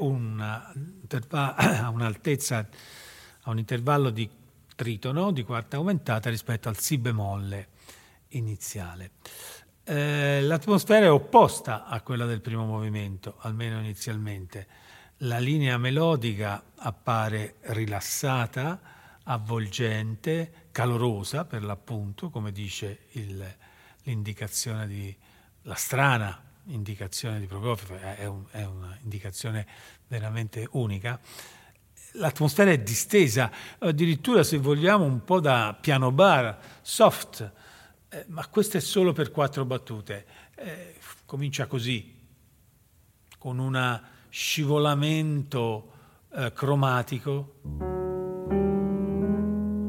un'altezza, a un intervallo di tritono, di quarta aumentata rispetto al Si bemolle iniziale. L'atmosfera è opposta a quella del primo movimento, almeno inizialmente. La linea melodica appare rilassata, avvolgente, calorosa per l'appunto, come dice l'indicazione la strana indicazione di Prokofiev, è un'indicazione veramente unica. L'atmosfera è distesa, addirittura se vogliamo un po' da piano bar, soft, ma questo è solo per 4 battute. Comincia così, con un scivolamento cromatico,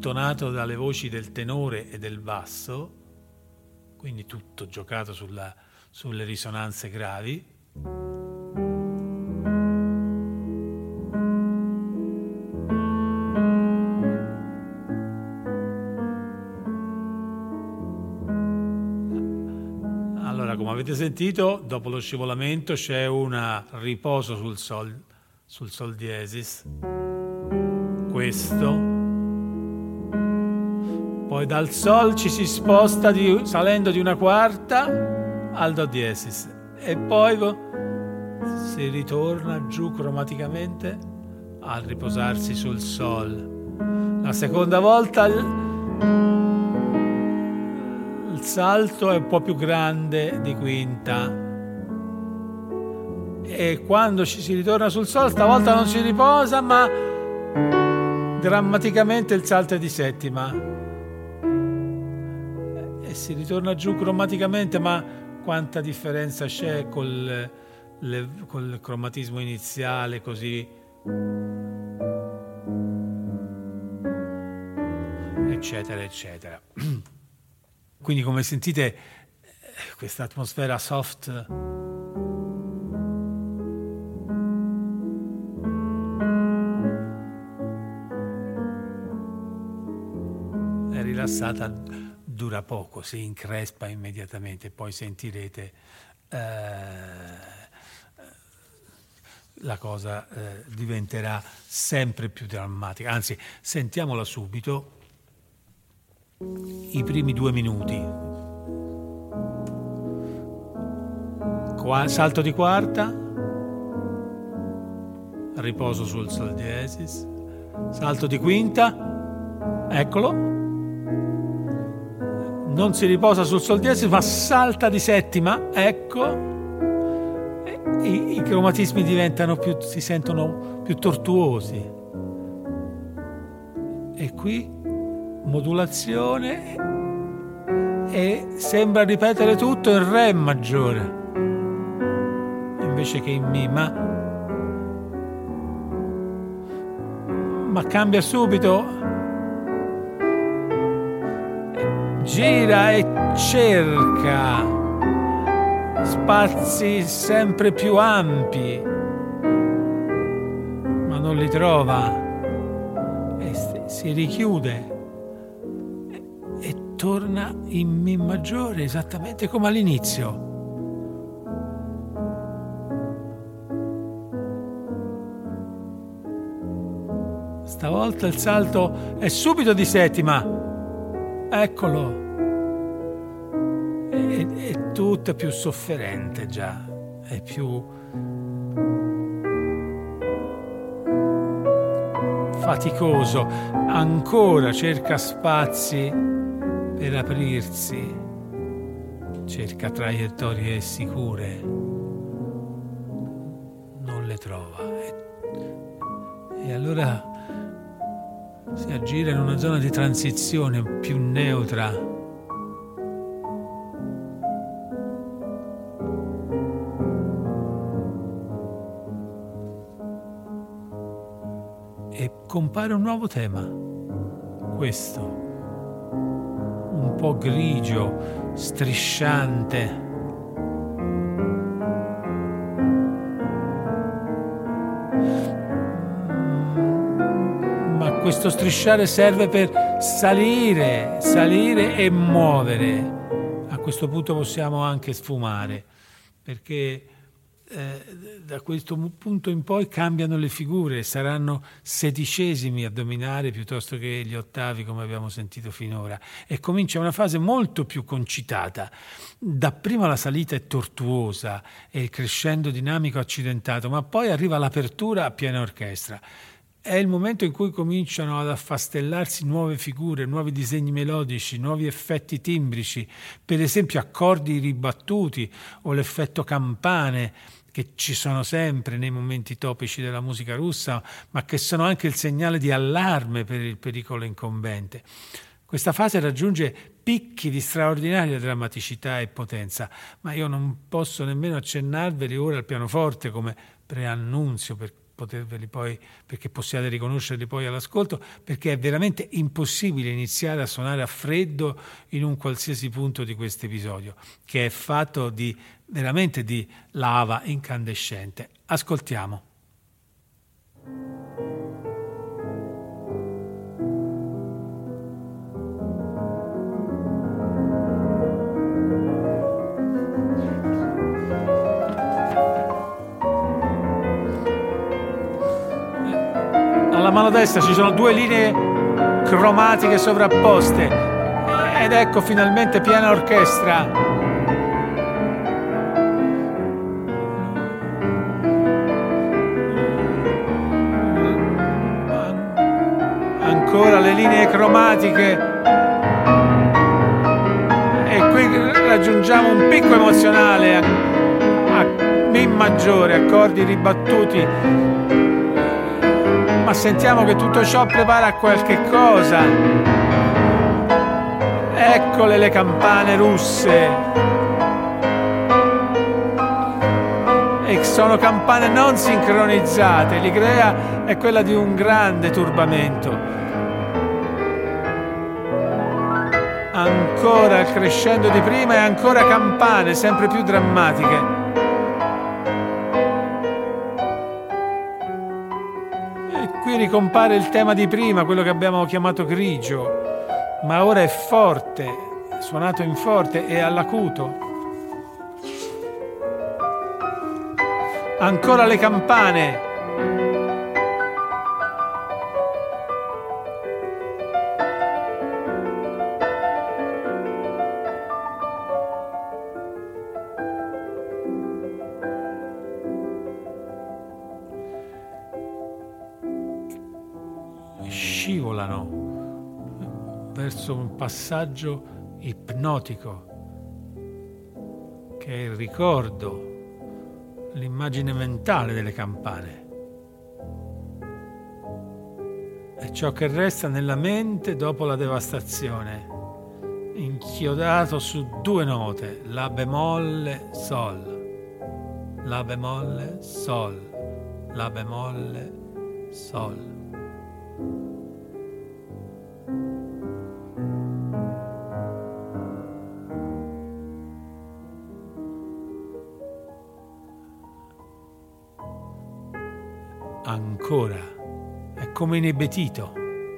intonato dalle voci del tenore e del basso, quindi tutto giocato sulle risonanze gravi. Allora, come avete sentito, dopo lo scivolamento c'è un riposo sul sol diesis, questo. Poi dal sol ci si sposta salendo di una quarta al do diesis e poi si ritorna giù cromaticamente a riposarsi sul sol. La seconda volta il salto è un po' più grande di quinta e quando ci si ritorna sul sol stavolta non si riposa, ma drammaticamente il salto è di settima. E si ritorna giù cromaticamente, ma quanta differenza c'è col cromatismo iniziale, così, eccetera, eccetera. Quindi, come sentite, questa atmosfera soft è rilassata. Dura poco, si increspa immediatamente, poi sentirete la cosa diventerà sempre più drammatica. Anzi, sentiamola subito, i primi 2 minuti. Salto di quarta, riposo sul sol diesis, salto di quinta, eccolo. Non si riposa sul sol diesis, ma salta di settima, ecco. I cromatismi si sentono più tortuosi. E qui modulazione e sembra ripetere tutto in re maggiore invece che in mi, ma cambia subito. Gira e cerca spazi sempre più ampi, ma non li trova e si richiude e torna in mi maggiore esattamente come all'inizio. Stavolta il salto è subito di settima. Eccolo, è tutto più sofferente già, è più faticoso, ancora cerca spazi per aprirsi, cerca traiettorie sicure, non le trova e allora si aggira in una zona di transizione più neutra. E compare un nuovo tema, questo, un po' grigio, strisciante. Questo strisciare serve per salire e muovere. A questo punto possiamo anche sfumare, perché da questo punto in poi cambiano le figure, saranno sedicesimi a dominare piuttosto che gli ottavi come abbiamo sentito finora, e comincia una fase molto più concitata. Dapprima la salita è tortuosa e il crescendo dinamico accidentato, ma poi arriva l'apertura a piena orchestra. È il momento in cui cominciano ad affastellarsi nuove figure, nuovi disegni melodici, nuovi effetti timbrici, per esempio accordi ribattuti o l'effetto campane, che ci sono sempre nei momenti topici della musica russa, ma che sono anche il segnale di allarme per il pericolo incombente. Questa fase raggiunge picchi di straordinaria drammaticità e potenza, ma io non posso nemmeno accennarveli ora al pianoforte come preannunzio per poterveli poi, perché possiate riconoscerli poi all'ascolto, perché è veramente impossibile iniziare a suonare a freddo in un qualsiasi punto di questo episodio, che è fatto veramente di lava incandescente. Ascoltiamo. Alla mano destra ci sono 2 linee cromatiche sovrapposte ed ecco finalmente piena orchestra. Ancora le linee cromatiche e qui raggiungiamo un picco emozionale a Mi maggiore, accordi ribattuti, ma sentiamo che tutto ciò prepara a qualche cosa. Eccole le campane russe, e sono campane non sincronizzate. L'idea è quella di un grande turbamento. Ancora il crescendo di prima e ancora campane sempre più drammatiche. Qui ricompare il tema di prima, quello che abbiamo chiamato grigio, ma ora è forte, suonato in forte e all'acuto. Ancora le campane. Scivolano verso un passaggio ipnotico che è il ricordo, l'immagine mentale delle campane. È ciò che resta nella mente dopo la devastazione, inchiodato su 2 note, la bemolle, sol, la bemolle, sol, la bemolle, sol. Ancora, è come inebetito.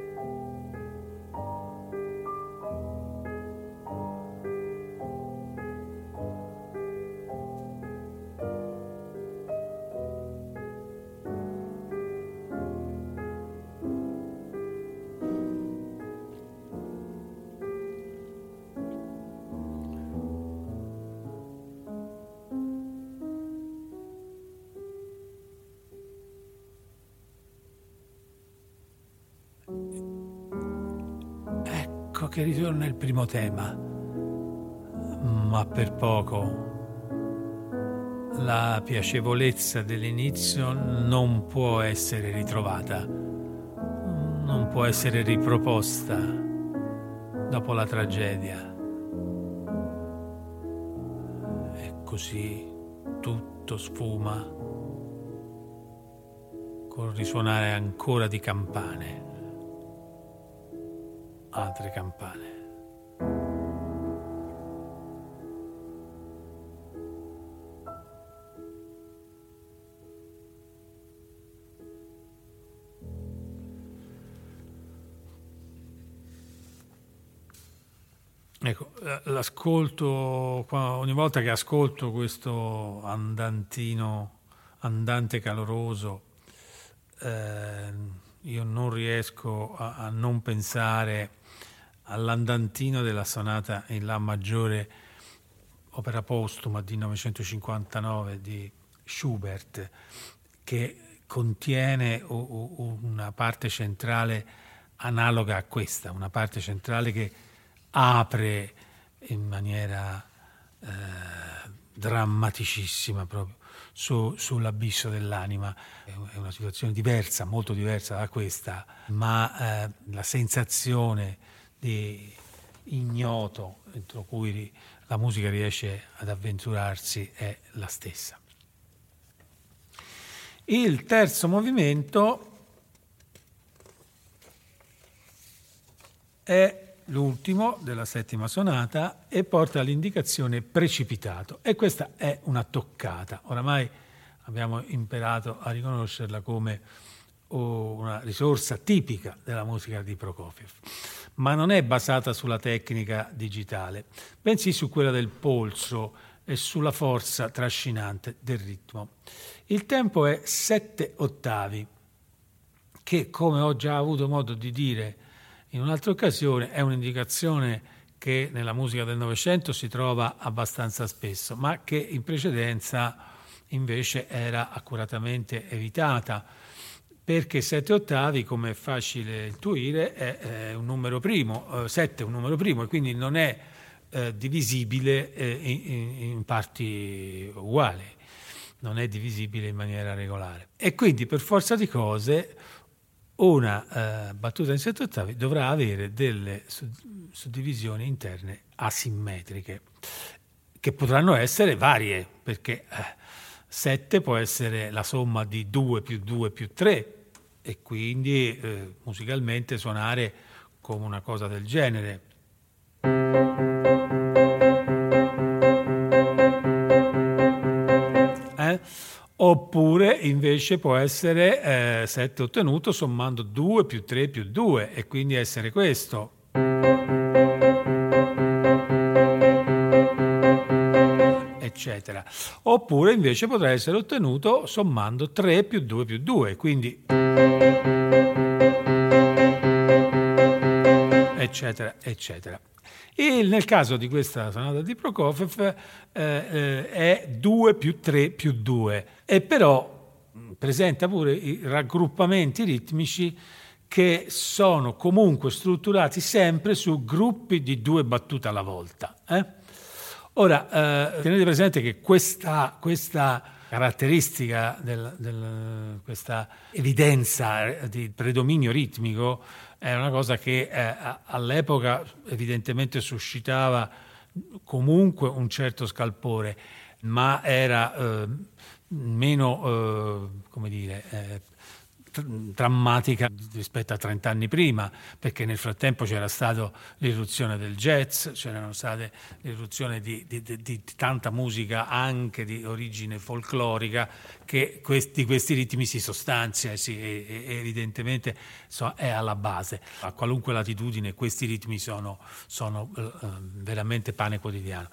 Ecco che ritorna il primo tema, ma per poco. La piacevolezza dell'inizio non può essere ritrovata, non può essere riproposta dopo la tragedia. E così tutto sfuma col risuonare ancora di campane. Altre campane. Ecco, l'ascolto, ogni volta che ascolto questo andante caloroso, io non riesco a non pensare all'andantino della sonata in La maggiore, opera postuma di 1959 di Schubert, che contiene una parte centrale analoga a questa, una parte centrale che apre in maniera drammaticissima proprio sull'abisso dell'anima. È una situazione diversa, molto diversa da questa, ma la sensazione di ignoto entro cui la musica riesce ad avventurarsi è la stessa. Il terzo movimento è l'ultimo della settima sonata e porta all'indicazione precipitato, e questa è una toccata. Oramai abbiamo imparato a riconoscerla come una risorsa tipica della musica di Prokofiev, ma non è basata sulla tecnica digitale, bensì su quella del polso e sulla forza trascinante del ritmo. Il tempo è 7 ottavi, che, come ho già avuto modo di dire in un'altra occasione, è un'indicazione che nella musica del Novecento si trova abbastanza spesso, ma che in precedenza invece era accuratamente evitata, perché 7 ottavi, come è facile intuire, è un numero primo, 7 è un numero primo, e quindi non è divisibile in parti uguali, non è divisibile in maniera regolare. E quindi, per forza di cose, una battuta in 7 ottavi dovrà avere delle suddivisioni interne asimmetriche, che potranno essere varie, perché 7 può essere la somma di 2 più 2 più 3, e quindi musicalmente suonare come una cosa del genere. Oppure invece può essere 7 ottenuto sommando 2 più 3 più 2, e quindi essere questo. Eccetera. Oppure invece potrà essere ottenuto sommando 3 più 2 più 2, quindi eccetera, eccetera. E nel caso di questa sonata di Prokofiev è 2 più 3 più 2, e però presenta pure i raggruppamenti ritmici che sono comunque strutturati sempre su gruppi di 2 battute alla volta. Ora, tenete presente che questa caratteristica, questa evidenza di predominio ritmico è una cosa che all'epoca evidentemente suscitava comunque un certo scalpore, ma era meno, come dire, drammatica rispetto a 30 anni prima, perché nel frattempo c'era stata l'irruzione del jazz, c'erano state l'irruzione di tanta musica anche di origine folclorica, che di questi ritmi si sostanzia e evidentemente è alla base. A qualunque latitudine questi ritmi sono veramente pane quotidiano.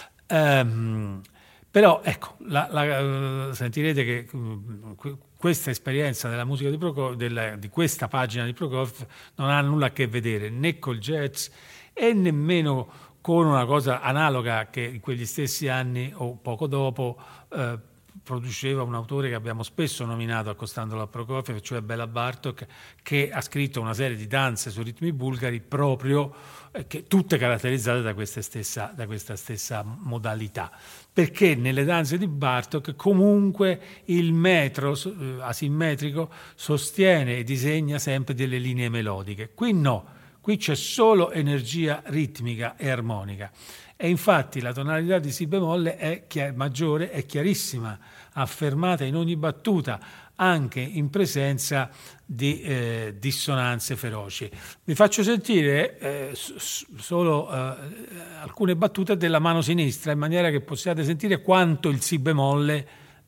Però ecco, sentirete che questa esperienza della musica di Prokofiev, di questa pagina di Prokofiev, non ha nulla a che vedere né col jazz e nemmeno con una cosa analoga che in quegli stessi anni o poco dopo produceva un autore che abbiamo spesso nominato accostandolo a Prokofiev, cioè Béla Bartók, che ha scritto una serie di danze su ritmi bulgari proprio che tutte caratterizzate da questa stessa modalità, perché nelle danze di Bartók comunque il metro asimmetrico sostiene e disegna sempre delle linee melodiche. Qui no, qui c'è solo energia ritmica e armonica. E infatti la tonalità di Si bemolle è maggiore, è chiarissima, affermata in ogni battuta, anche in presenza di dissonanze feroci. Vi faccio sentire solo alcune battute della mano sinistra, in maniera che possiate sentire quanto il Si bemolle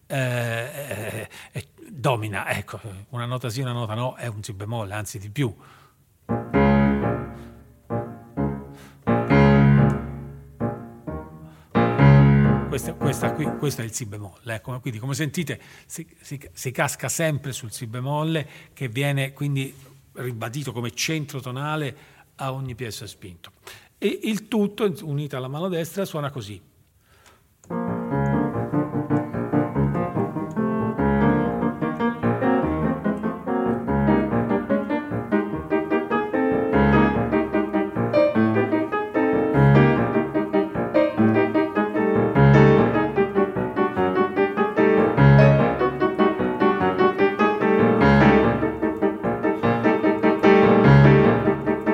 domina. Ecco, una nota sì, una nota no, è un Si bemolle, anzi di più. Questo è il Si bemolle, quindi come sentite si casca sempre sul Si bemolle, che viene quindi ribadito come centro tonale a ogni pièce spinto, e il tutto unito alla mano destra suona così.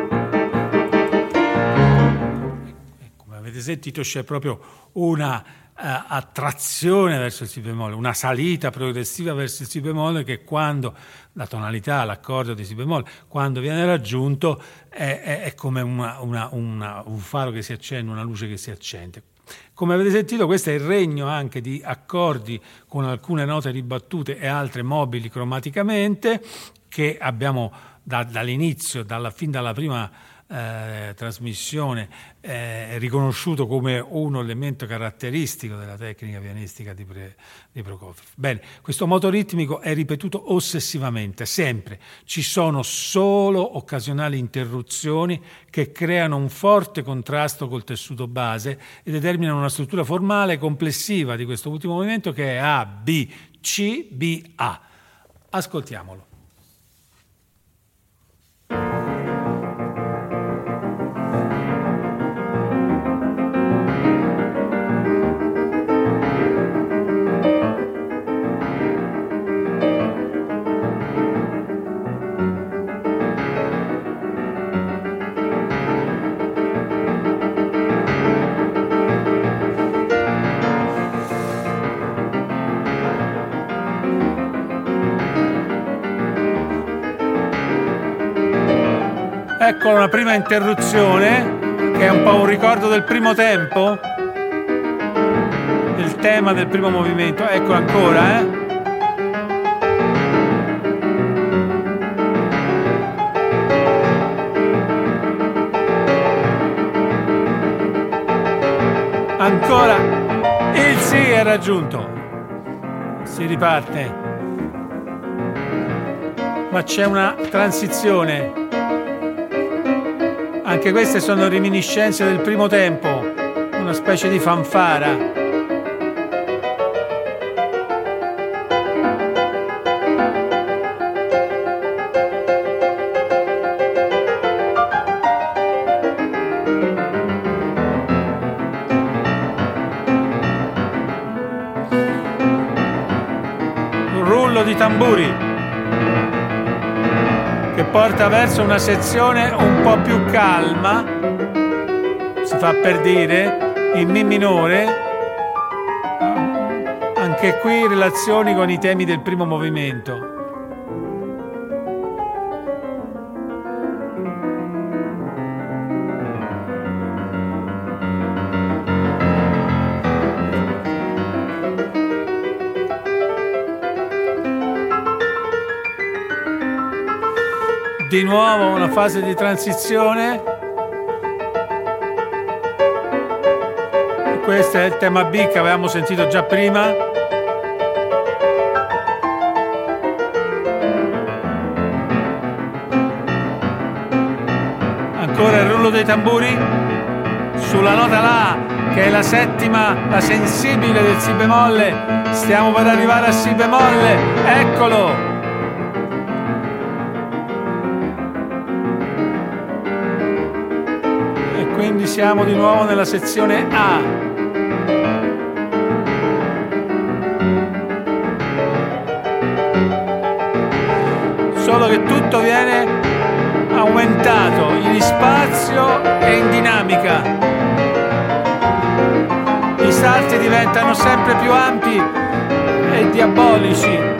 Sentito, c'è proprio una attrazione verso il si bemolle, una salita progressiva verso il si bemolle, che quando la tonalità, l'accordo di si bemolle, quando viene raggiunto è come un faro che si accende, una luce che si accende. Come avete sentito, questo è il regno anche di accordi con alcune note ribattute e altre mobili cromaticamente, che abbiamo dall'inizio, fin dalla prima trasmissione, riconosciuto come un elemento caratteristico della tecnica pianistica di Prokofiev. Bene, questo moto ritmico è ripetuto ossessivamente, sempre. Ci sono solo occasionali interruzioni che creano un forte contrasto col tessuto base e determinano una struttura formale complessiva di questo ultimo movimento, che è A, B, C, B, A. Ascoltiamolo. Ecco una prima interruzione, che è un po' un ricordo del primo tempo, il tema del primo movimento. Ecco ancora, Ancora il Si è raggiunto. Si riparte. Ma c'è una transizione. Anche queste sono reminiscenze del primo tempo, una specie di fanfara. Un rullo di tamburi che porta verso una sezione un po' più calma, si fa per dire, in Mi minore, anche qui relazioni con i temi del primo movimento. Di nuovo una fase di transizione. Questo è il tema B che avevamo sentito già prima. Ancora il rullo dei tamburi sulla nota La, che è la settima, la sensibile del Si bemolle. Stiamo per arrivare a Si bemolle. Eccolo! Quindi siamo di nuovo nella sezione A. Solo che tutto viene aumentato in spazio e in dinamica. I salti diventano sempre più ampi e diabolici.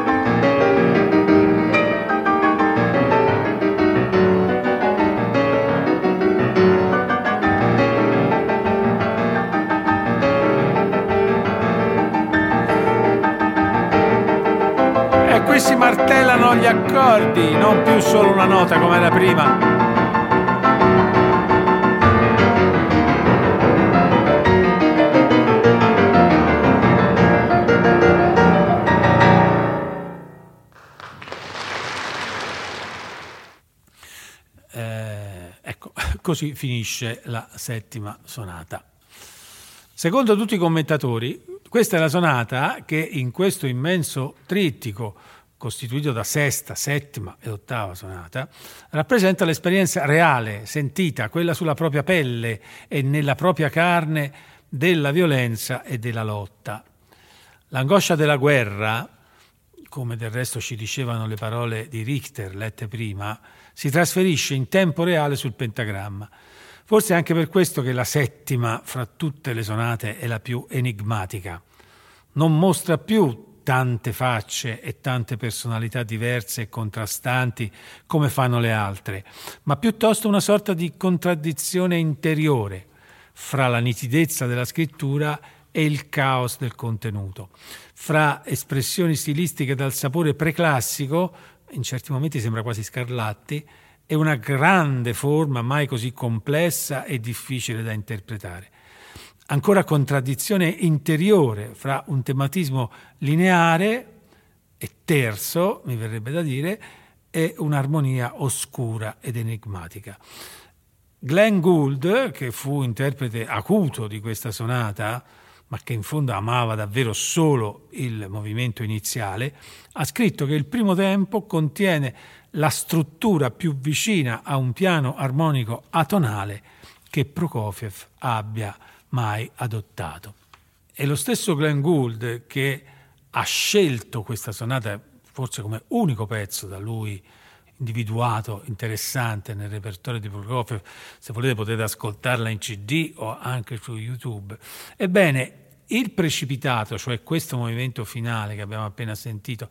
Si martellano gli accordi, non più solo una nota come era prima. Ecco, così finisce la settima sonata. Secondo tutti i commentatori, questa è la sonata che in questo immenso trittico, costituito da sesta, settima e ottava sonata, rappresenta l'esperienza reale, sentita, quella sulla propria pelle e nella propria carne della violenza e della lotta. L'angoscia della guerra, come del resto ci dicevano le parole di Richter lette prima, si trasferisce in tempo reale sul pentagramma. Forse è anche per questo che la settima fra tutte le sonate è la più enigmatica. Non mostra più tante facce e tante personalità diverse e contrastanti come fanno le altre, ma piuttosto una sorta di contraddizione interiore fra la nitidezza della scrittura e il caos del contenuto, fra espressioni stilistiche dal sapore preclassico, in certi momenti sembra quasi Scarlatti, e una grande forma mai così complessa e difficile da interpretare. Ancora contraddizione interiore fra un tematismo lineare e terso, mi verrebbe da dire, e un'armonia oscura ed enigmatica. Glenn Gould, che fu interprete acuto di questa sonata, ma che in fondo amava davvero solo il movimento iniziale, ha scritto che il primo tempo contiene la struttura più vicina a un piano armonico atonale che Prokofiev abbia mai adottato. È lo stesso Glenn Gould che ha scelto questa sonata forse come unico pezzo da lui individuato, interessante nel repertorio di Prokofiev. Se volete potete ascoltarla in CD o anche su YouTube. Ebbene, il precipitato, cioè questo movimento finale che abbiamo appena sentito,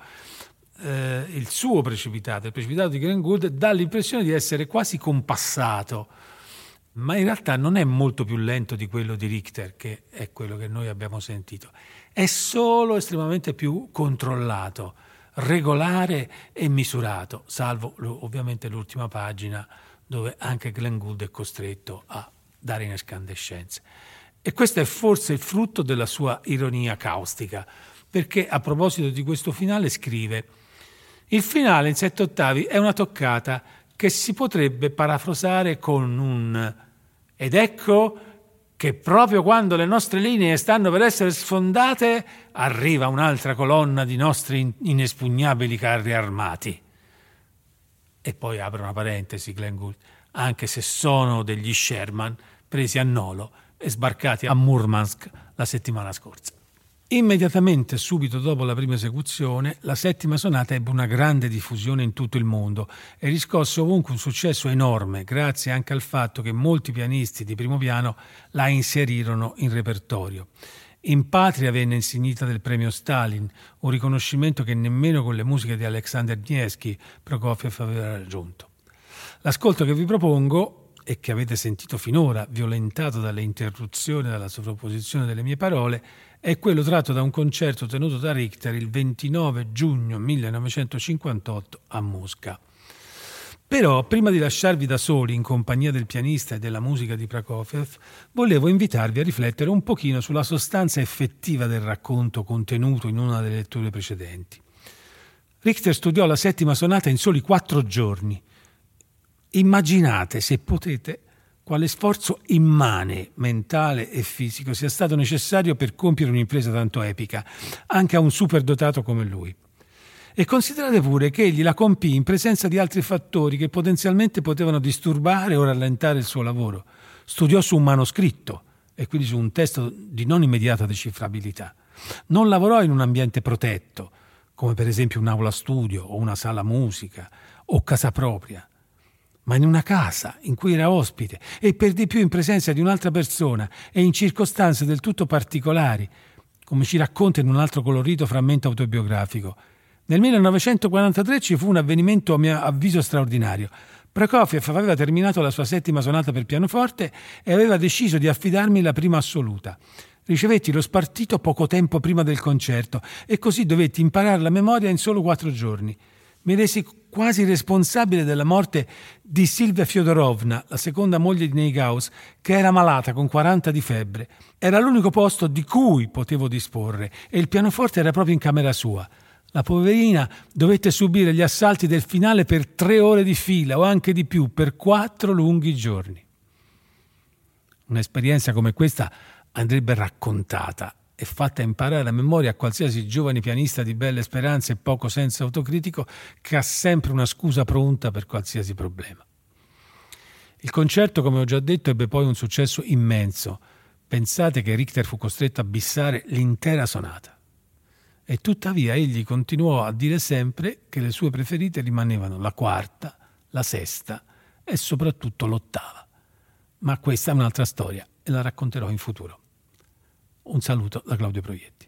il suo precipitato, il precipitato di Glenn Gould, dà l'impressione di essere quasi compassato, ma in realtà non è molto più lento di quello di Richter, che è quello che noi abbiamo sentito. È solo estremamente più controllato, regolare e misurato, salvo ovviamente l'ultima pagina dove anche Glenn Gould è costretto a dare in escandescenze. E questo è forse il frutto della sua ironia caustica, perché a proposito di questo finale scrive: il finale in 7 ottavi è una toccata che si potrebbe parafrasare con un "ed ecco che proprio quando le nostre linee stanno per essere sfondate arriva un'altra colonna di nostri inespugnabili carri armati". E poi apre una parentesi Glenn Gould: anche se sono degli Sherman presi a nolo e sbarcati a Murmansk la settimana scorsa. Immediatamente subito dopo la prima esecuzione, la settima sonata ebbe una grande diffusione in tutto il mondo e riscosse ovunque un successo enorme, grazie anche al fatto che molti pianisti di primo piano la inserirono in repertorio. In patria venne insignita del premio Stalin, un riconoscimento che nemmeno con le musiche di Alexander Nevsky Prokofiev aveva raggiunto. L'ascolto che vi propongo, e che avete sentito finora, violentato dalle interruzioni e dalla sovrapposizione delle mie parole, è quello tratto da un concerto tenuto da Richter il 29 giugno 1958 a Mosca. Però, prima di lasciarvi da soli in compagnia del pianista e della musica di Prokofiev, volevo invitarvi a riflettere un pochino sulla sostanza effettiva del racconto contenuto in una delle letture precedenti. Richter studiò la settima sonata in soli 4 giorni. Immaginate, se potete, quale sforzo immane, mentale e fisico sia stato necessario per compiere un'impresa tanto epica, anche a un superdotato come lui. E considerate pure che egli la compì in presenza di altri fattori che potenzialmente potevano disturbare o rallentare il suo lavoro. Studiò su un manoscritto e quindi su un testo di non immediata decifrabilità. Non lavorò in un ambiente protetto, come per esempio un'aula studio o una sala musica o casa propria, ma in una casa in cui era ospite e per di più in presenza di un'altra persona e in circostanze del tutto particolari, come ci racconta in un altro colorito frammento autobiografico. Nel 1943 ci fu un avvenimento a mio avviso straordinario. Prokofiev aveva terminato la sua settima sonata per pianoforte e aveva deciso di affidarmi la prima assoluta. Ricevetti lo spartito poco tempo prima del concerto e così dovetti imparare la memoria in solo 4 giorni. Mi resi quasi responsabile della morte di Silvia Fyodorovna, la seconda moglie di Neuhaus, che era malata con 40 di febbre. Era l'unico posto di cui potevo disporre e il pianoforte era proprio in camera sua. La poverina dovette subire gli assalti del finale per 3 ore di fila o anche di più, per 4 lunghi giorni. Un'esperienza come questa andrebbe raccontata e fatta imparare a memoria a qualsiasi giovane pianista di belle speranze e poco senso autocritico che ha sempre una scusa pronta per qualsiasi problema. Il concerto, come ho già detto, ebbe poi un successo immenso. Pensate che Richter fu costretto a bissare l'intera sonata. E tuttavia egli continuò a dire sempre che le sue preferite rimanevano la quarta, la sesta e soprattutto l'ottava. ma questa è un'altra storia e la racconterò in futuro. Un saluto da Claudio Proietti.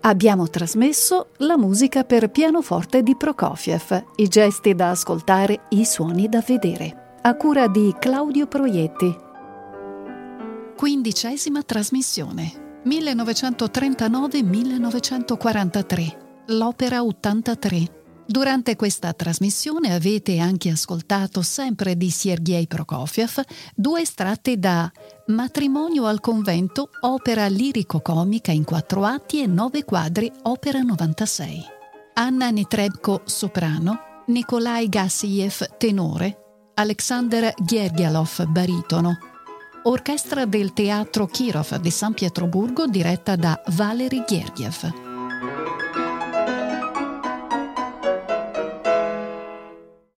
Abbiamo trasmesso la musica per pianoforte di Prokofiev, i gesti da ascoltare, i suoni da vedere, a cura di Claudio Proietti. 15ª trasmissione, 1939-1943, l'Opera 83. Durante questa trasmissione avete anche ascoltato, sempre di Sergei Prokofiev, 2 estratti da Matrimonio al convento, opera lirico-comica in 4 atti e 9 quadri, opera 96. Anna Netrebko, soprano, Nikolai Gassiev, tenore, Alexander Gergialov, baritono. Orchestra del Teatro Kirov di San Pietroburgo diretta da Valery Gergiev.